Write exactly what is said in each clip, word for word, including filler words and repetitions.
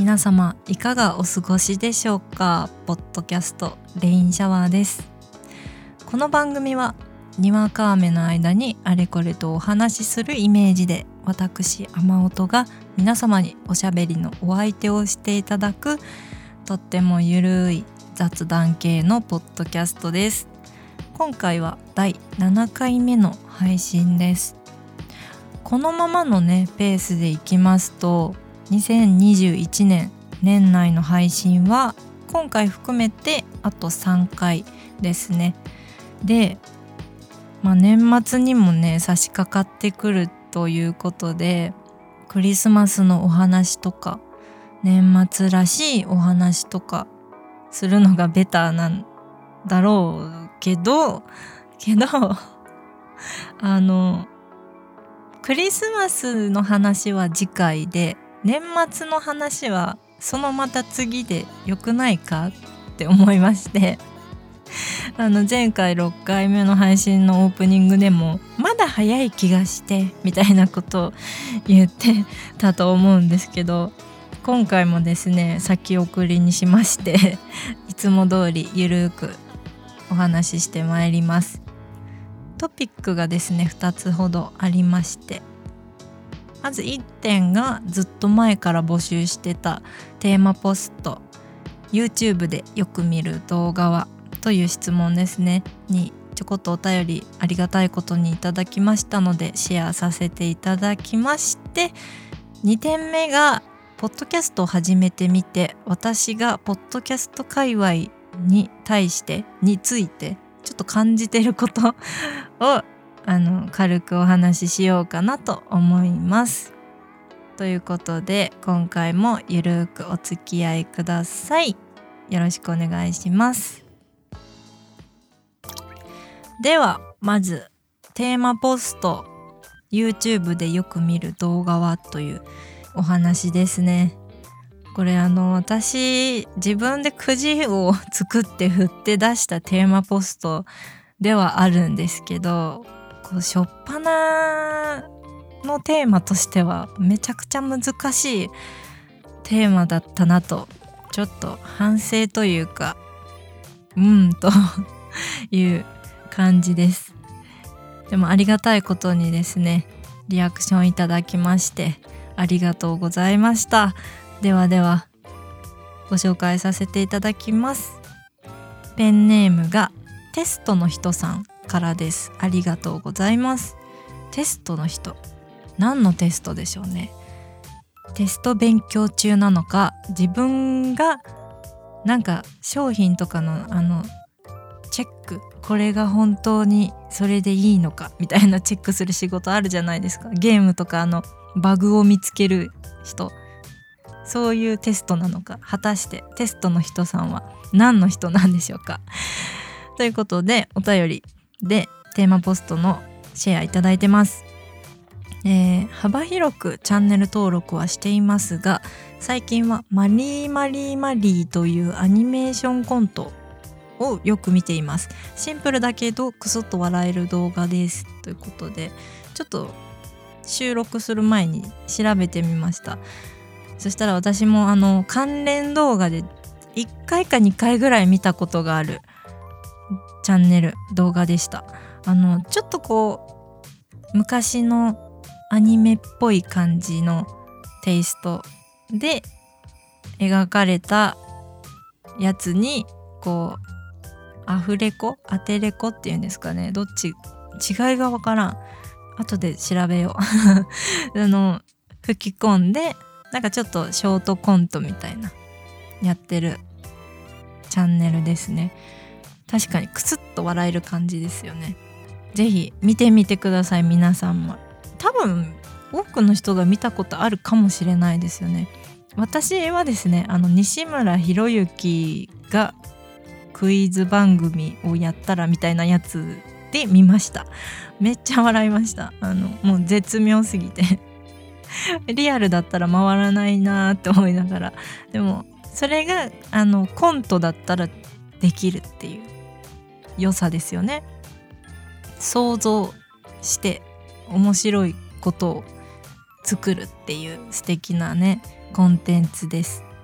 皆様いかがお過ごしでしょうか。ポッドキャストレインシャワーです。この番組はにわか雨の間にあれこれとお話しするイメージで、私雨音が皆様におしゃべりのお相手をしていただく、とってもゆるい雑談系のポッドキャストです。今回はだいななかいめの配信です。このままのねペースでいきますとにせんにじゅういちねん年内の配信は今回含めてあとさんかいですね。で、まあ、年末にもね差し掛かってくるということで、クリスマスのお話とか年末らしいお話とかするのがベターなんだろうけどけどあのクリスマスの話は次回で、年末の話はそのまた次でよくないかって思いましてあの前回ろっかいめの配信のオープニングでもまだ早い気がしてみたいなことを言ってたと思うんですけど、今回もですね先送りにしましていつも通りゆるくお話ししてまいります。トピックがですねふたつほどありまして、まずいってんがずっと前から募集してたテーマポスト YouTube でよく見る動画はという質問ですねにちょこっとお便りありがたいことにいただきましたのでシェアさせていただきまして、にてんめがポッドキャストを始めてみて私がポッドキャスト界隈に対してについてちょっと感じてることをあの軽くお話ししようかなと思います。ということで今回もゆるくお付き合いください。よろしくお願いします。ではまずテーマポスト YouTube でよく見る動画はというお話ですね。これあの私自分でくじを作って振って出したテーマポストではあるんですけど、こう初っ端のテーマとしてはめちゃくちゃ難しいテーマだったなと、ちょっと反省というかうんという感じです。でもありがたいことにですねリアクションいただきましてありがとうございました。ではではご紹介させていただきます。ペンネームがテストの人さんからです。ありがとうございます。テストの人、何のテストでしょうね。テスト勉強中なのか、自分がなんか商品とかのあのチェック、これが本当にそれでいいのかみたいなチェックする仕事あるじゃないですか。ゲームとかあのバグを見つける人、そういうテストなのか、果たしてテストの人さんは何の人なんでしょうか。ということでお便りでテーマポストのシェアいただいてます。えー、幅広くチャンネル登録はしていますが、最近はマリーマリーマリーというアニメーションコントをよく見ています。シンプルだけどクスッと笑える動画ですということで、ちょっと収録する前に調べてみました。そしたら私もあの関連動画でいっかいかにかいぐらい見たことがあるチャンネル動画でした。あのちょっとこう昔のアニメっぽい感じのテイストで描かれたやつに、こうアフレコアテレコっていうんですかね、どっち違いがわからん、後で調べようあの吹き込んでなんかちょっとショートコントみたいなやってるチャンネルですね。確かにクスッと笑える感じですよね。ぜひ見てみてください。皆さんも多分多くの人が見たことあるかもしれないですよね。私はですねあの西村博之がクイズ番組をやったらみたいなやつで見ました。めっちゃ笑いました。あのもう絶妙すぎてリアルだったら回らないなって思いながら、でもそれがあのコントだったらできるっていう良さですよね。想像して面白いことを作るっていう素敵なねコンテンツです。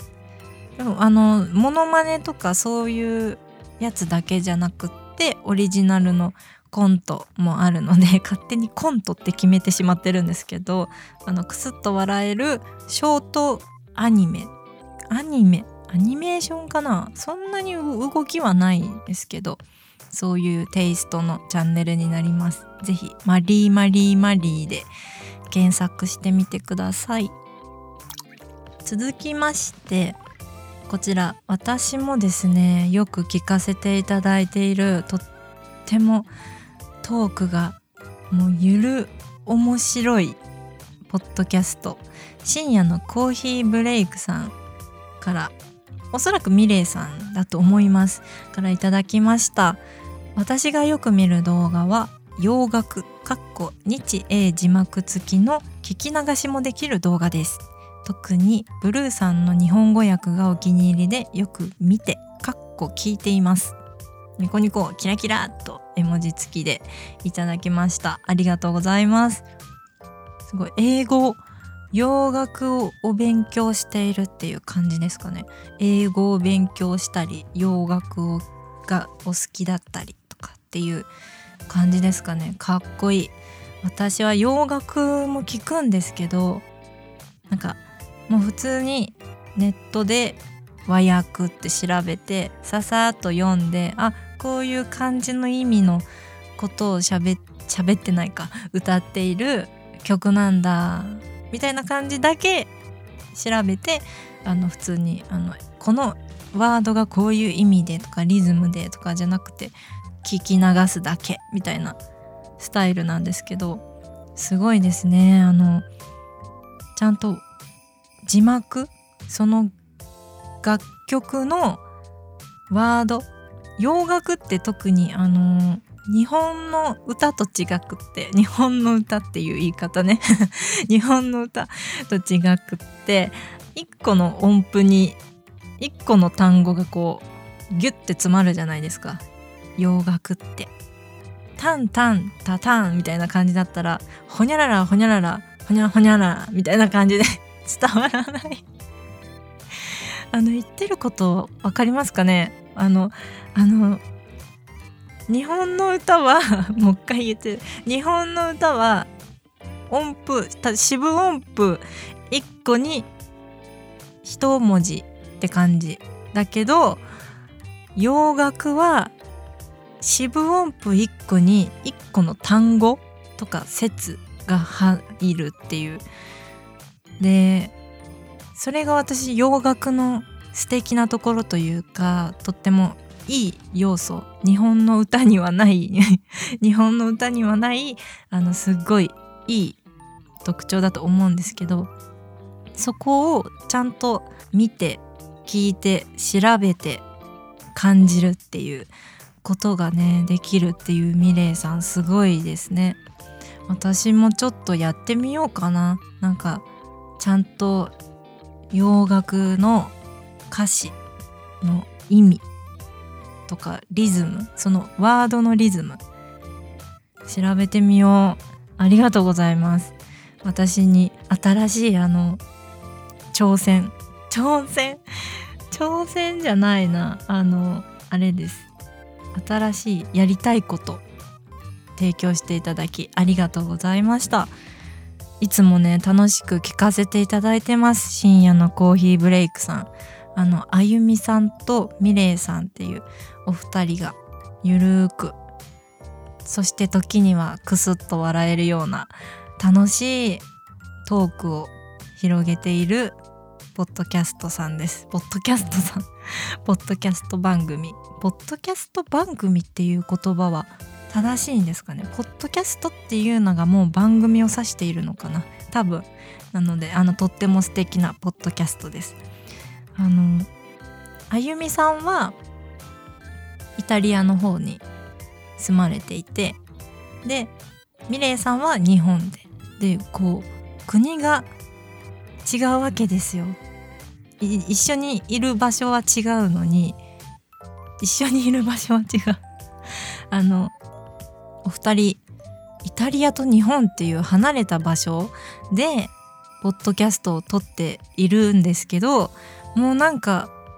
でもあのモノマネとかそういうやつだけじゃなくってオリジナルのコントもあるので勝手にコントって決めてしまってるんですけど、あのクスッと笑えるショートアニメアニメアニメーションかな、そんなに動きはないですけど、そういうテイストのチャンネルになります。ぜひマリーマリーマリーで検索してみてください。続きましてこちら、私もですねよく聞かせていただいているとってもトークがもうゆる面白いポッドキャスト、深夜のコーヒーブレイクさんから、おそらくミレイさんだと思いますからいただきました。私がよく見る動画は洋楽かっこ日英字幕付きの聞き流しもできる動画です。特にブルーさんの日本語訳がお気に入りでよく見てかっこ聞いています。ニコニコキラキラと絵文字付きでいただきました。ありがとうございます。すごい英語洋楽をお勉強しているっていう感じですかね。英語を勉強したり洋楽をがお好きだったりとかっていう感じですかね。かっこいい。私は洋楽も聞くんですけど、なんかもう普通にネットで和訳って調べてささっと読んで、あ、こういう感じの意味のことをしゃべ喋ってないか歌っている曲なんだみたいな感じだけ調べて、あの普通にあのこのワードがこういう意味でとかリズムでとかじゃなくて聞き流すだけみたいなスタイルなんですけど、すごいですね。あのちゃんと字幕、その楽曲のワード、洋楽って特にあの日本の歌と違くって、日本の歌っていう言い方ね日本の歌と違くって一個の音符に一個の単語がこうギュッて詰まるじゃないですか。洋楽ってタンタンタタンみたいな感じだったらほにゃららほにゃららほにゃらほにゃららみたいな感じで伝わらないあの言ってることわかりますかね。あのあの日本の歌はもう一回言ってる、日本の歌は音符四分音符一個に一文字って感じだけど、洋楽は四分音符一個に一個の単語とか説が入るっていう。でそれが私洋楽の素敵なところというか、とってもいい要素、日本の歌にはない日本の歌にはないあのすっごいいい特徴だと思うんですけど、そこをちゃんと見て聞いて調べて感じるっていうことがねできるっていうミレイさんすごいですね。私もちょっとやってみようかな。なんかちゃんと洋楽の歌詞の意味とかリズム、そのワードのリズム調べてみよう。ありがとうございます。私に新しいあの挑戦挑戦挑戦じゃないな、あのあれです、新しいやりたいこと提供していただきありがとうございました。いつもね楽しく聞かせていただいてます。深夜のコーヒーブレイクさん、あのあゆみさんとミレイさんっていうお二人がゆるーく、そして時にはクスッと笑えるような楽しいトークを広げているポッドキャストさんです。ポッドキャストさんポッドキャスト番組ポッドキャスト番組っていう言葉は正しいんですかね。ポッドキャストっていうのがもう番組を指しているのかな、多分。なのであのとっても素敵なポッドキャストです。あのあゆみさんはイタリアの方に住まれていて、でミレイさんは日本ででこう国が違うわけですよ。一緒にいる場所は違うのに一緒にいる場所は違うあのお二人イタリアと日本っていう離れた場所でポッドキャストを撮っているんですけど、もうなんか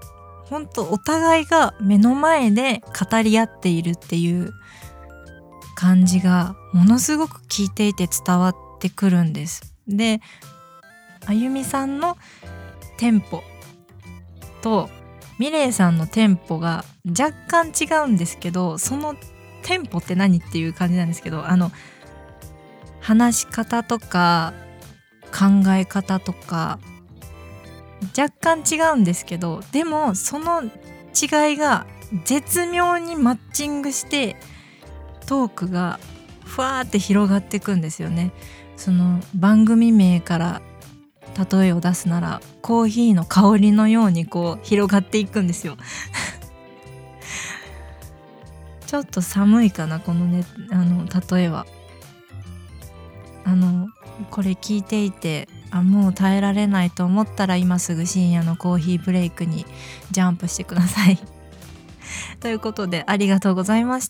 本当お互いが目の前で語り合っているっていう感じがものすごく聞いていて伝わってくるんです。で、あゆみさんのテンポとミレイさんのテンポが若干違うんですけど、そのテンポって何っていう感じなんですけど、あの話し方とか考え方とか若干違うんですけど、でもその違いが絶妙にマッチングしてトークがふわーって広がっていくんですよね。その番組名から例えを出すならコーヒーの香りのようにこう広がっていくんですよちょっと寒いかなこのね、あの例えは。あのこれ聞いていて、あもう耐えられないと思ったら今すぐ深夜のコーヒーブレイクにジャンプしてくださいということで、ありがとうございました。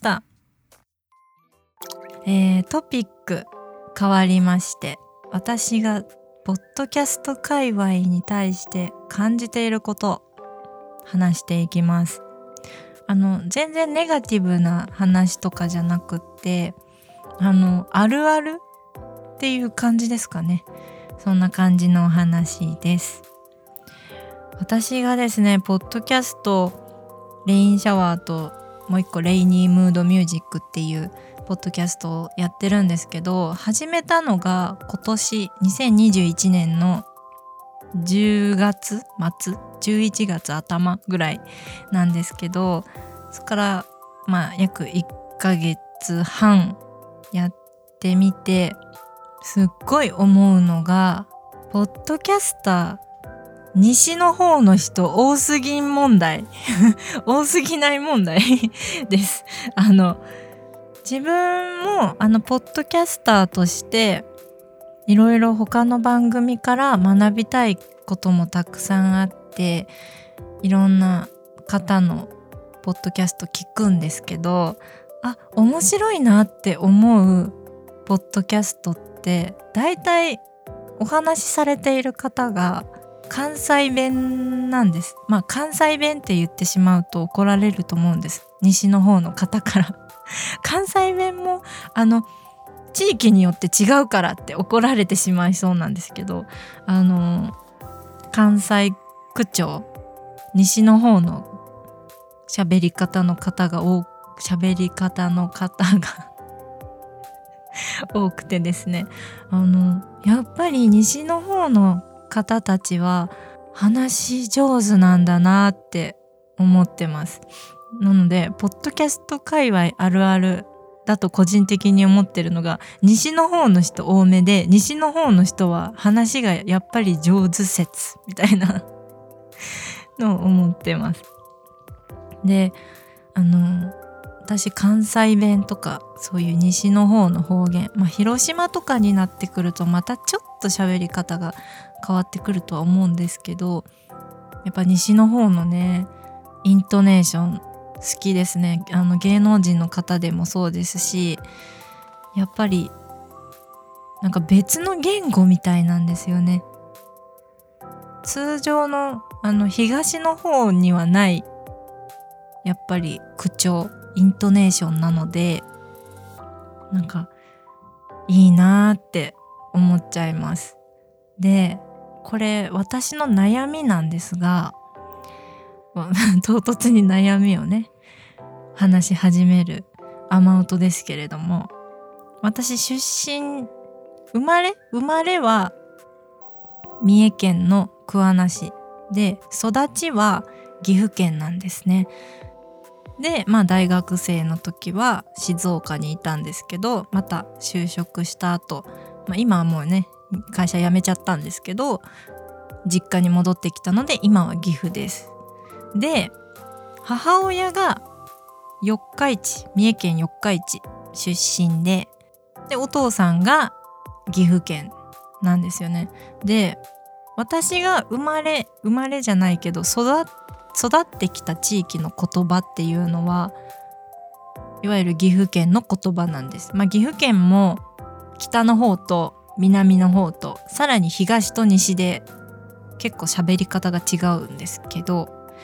えー、トピック変わりまして、私がポッドキャスト界隈に対して感じていることを話していきます。あの全然ネガティブな話とかじゃなくって、あのあるあるっていう感じですかね。そんな感じのお話です。私がですね、ポッドキャストレインシャワーともう一個レイニームードミュージックっていうポッドキャストをやってるんですけど、始めたのが今年にせんにじゅういちねんのじゅうがつまつじゅういちがつ頭ぐらいなんですけど、そこからまあ約いっかげつはんやってみてすっごい思うのが、ポッドキャスター西の方の人多すぎん問題多すぎない問題ですあの自分もあのポッドキャスターとしていろいろ他の番組から学びたいこともたくさんあって、いろんな方のポッドキャスト聞くんですけど、あ面白いなって思うポッドキャストってだいたいお話しされている方が関西弁なんです。まあ関西弁って言ってしまうと怒られると思うんです、西の方の方から関西弁もあの地域によって違うからって怒られてしまいそうなんですけど、あの関西口調、西の方の喋り方の方が多喋り方の方が多くてですね、あのやっぱり西の方の方たちは話上手なんだなって思ってます。なのでポッドキャスト界隈あるあるだと個人的に思ってるのが、西の方の人多めで、西の方の人は話がやっぱり上手説みたいなのを思ってます。で、あの私関西弁とかそういう西の方の方言、まあ広島とかになってくるとまたちょっと喋り方が変わってくるとは思うんですけど、やっぱ西の方のねイントネーション好きですね。あの芸能人の方でもそうですし、やっぱりなんか別の言語みたいなんですよね。通常のあの東の方にはないやっぱり口調イントネーションなので、なんかいいなーって思っちゃいます。で、これ私の悩みなんですが唐突に悩みをね話し始める雨音ですけれども、私出身生まれ生まれは三重県の桑名市で、育ちは岐阜県なんですね。で、まあ大学生の時は静岡にいたんですけど、また就職した後、まあ、今はもうね会社辞めちゃったんですけど実家に戻ってきたので今は岐阜です。で、母親が四日市、三重県四日市出身で、でお父さんが岐阜県なんですよね。で、私が生まれ生まれじゃないけど育育ってきた地域の言葉っていうのはいわゆる岐阜県の言葉なんです。まあ岐阜県も北の方と南の方とさらに東と西で結構喋り方が違うんですけど、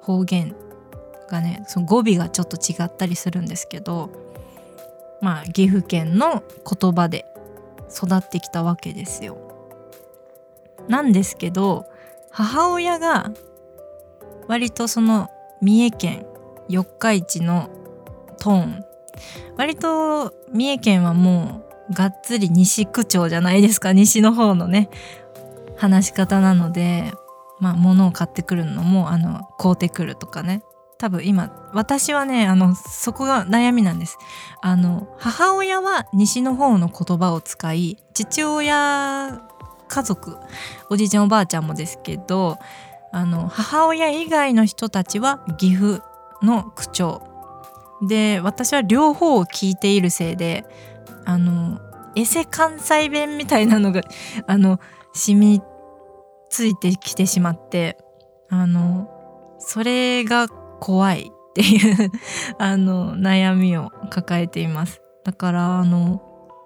方言がね、その語尾がちょっと違ったりするんですけど、まあ岐阜県の言葉で育ってきたわけですよ。なんですけど母親が割とその三重県四日市のトーン、割と三重県はもうがっつり西区長じゃないですか、西の方のね話し方なので、まあ物を買ってくるのもあの買うてくるとかね、多分今私はねあのそこが悩みなんです。あの母親は西の方の言葉を使い、父親家族おじいちゃんおばあちゃんもですけど、あの母親以外の人たちは岐阜の口調で、私は両方を聞いているせいで、あのエセ関西弁みたいなのがあの染みついてきてしまって、あのそれが怖いっていうあの悩みを抱えています。だからあの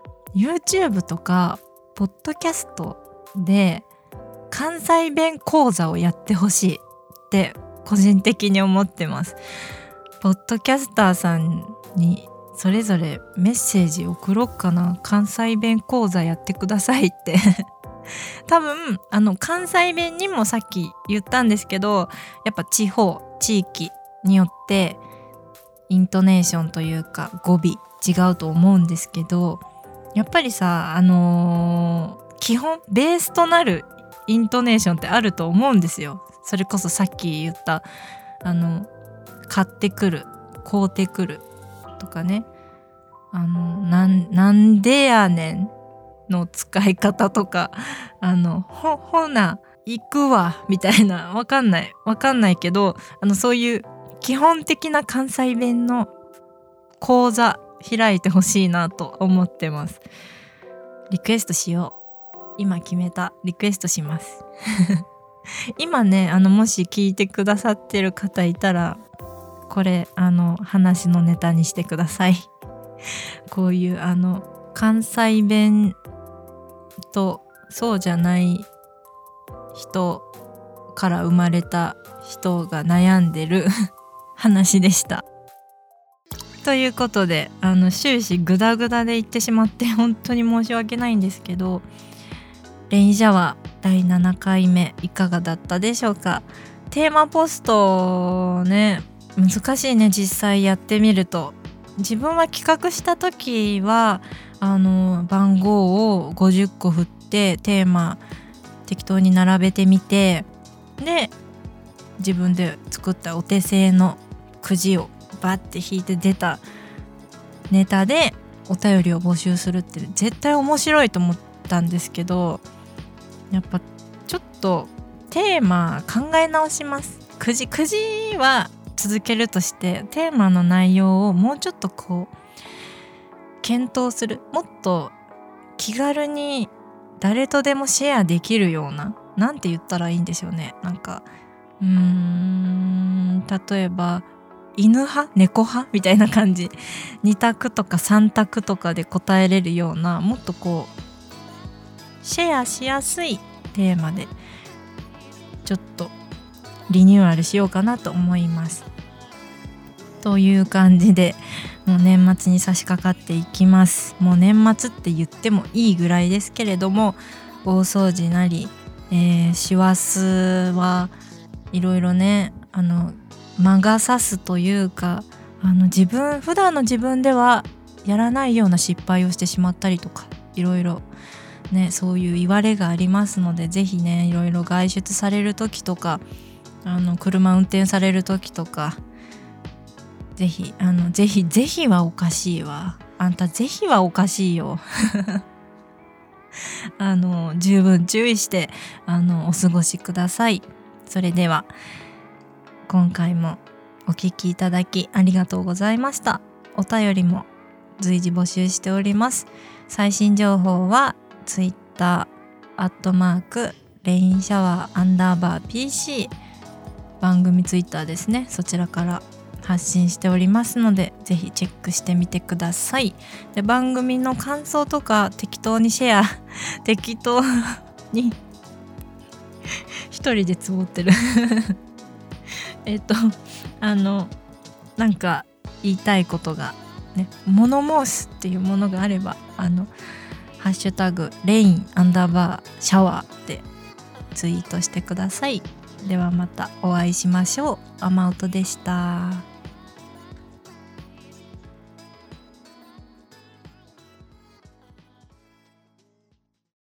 YouTube とかポッドキャストで関西弁講座をやってほしいって個人的に思ってます。ポッドキャスターさんにそれぞれメッセージ送ろうかな、関西弁講座やってくださいって多分あの関西弁にもさっき言ったんですけど、やっぱ地方地域によってイントネーションというか語尾違うと思うんですけど、やっぱりさあのー、基本ベースとなるイントネーションってあると思うんですよ。それこそさっき言ったあの買ってくる買うてくるとかね、あのなん、なんでやねんの使い方とか、あのほほな行くわみたいな、わかんないわかんないけど、あのそういう基本的な関西弁の講座開いてほしいなと思ってます。リクエストしよう。今決めた。リクエストします今ねあのもし聞いてくださってる方いたら、これあの話のネタにしてくださいこういうあの関西弁とそうじゃない人から生まれた人が悩んでる話でした。ということであの終始グダグダで言ってしまって本当に申し訳ないんですけど、レインシャワーだいななかいめいかがだったでしょうか。テーマポストね、難しいね、実際やってみると。自分は企画した時はあの番号をごじゅっこ振ってテーマ適当に並べてみて、で自分で作ったお手製のくじをバッて引いて出たネタでお便りを募集するって絶対面白いと思ったんですけど、やっぱちょっとテーマ考え直します。くじくじは続けるとして、テーマの内容をもうちょっとこう検討する、もっと気軽に誰とでもシェアできるような、なんて言ったらいいんでしょうね、なんかうーん例えば犬派猫派みたいな感じ、に択とかさん択とかで答えれるような、もっとこうシェアしやすいテーマでちょっとリニューアルしようかなと思います。という感じでもう年末に差し掛かっていきます。もう年末って言ってもいいぐらいですけれども、大掃除なり、えー、師走はいろいろね、あの魔が差すというか、あの自分普段の自分ではやらないような失敗をしてしまったりとか、いろいろね、そういう言われがありますので、ぜひねいろいろ外出される時とか、あの車運転される時とか、ぜひあのぜひぜひはおかしいわ、あんたぜひはおかしいよあの十分注意してあのお過ごしください。それでは今回もお聞きいただきありがとうございました。お便りも随時募集しております。最新情報はツイッターアットマークレインシャワーアンダーバー ピーシー 番組ツイッターですね、そちらから発信しておりますので、ぜひチェックしてみてください。で番組の感想とか適当にシェア適当に一人でつぼってるえっとあのなんか言いたいことがね、物申すっていうものがあれば、あのハッシュタグレインアンダーバーシャワーでツイートしてください。ではまたお会いしましょう。アマウトでした。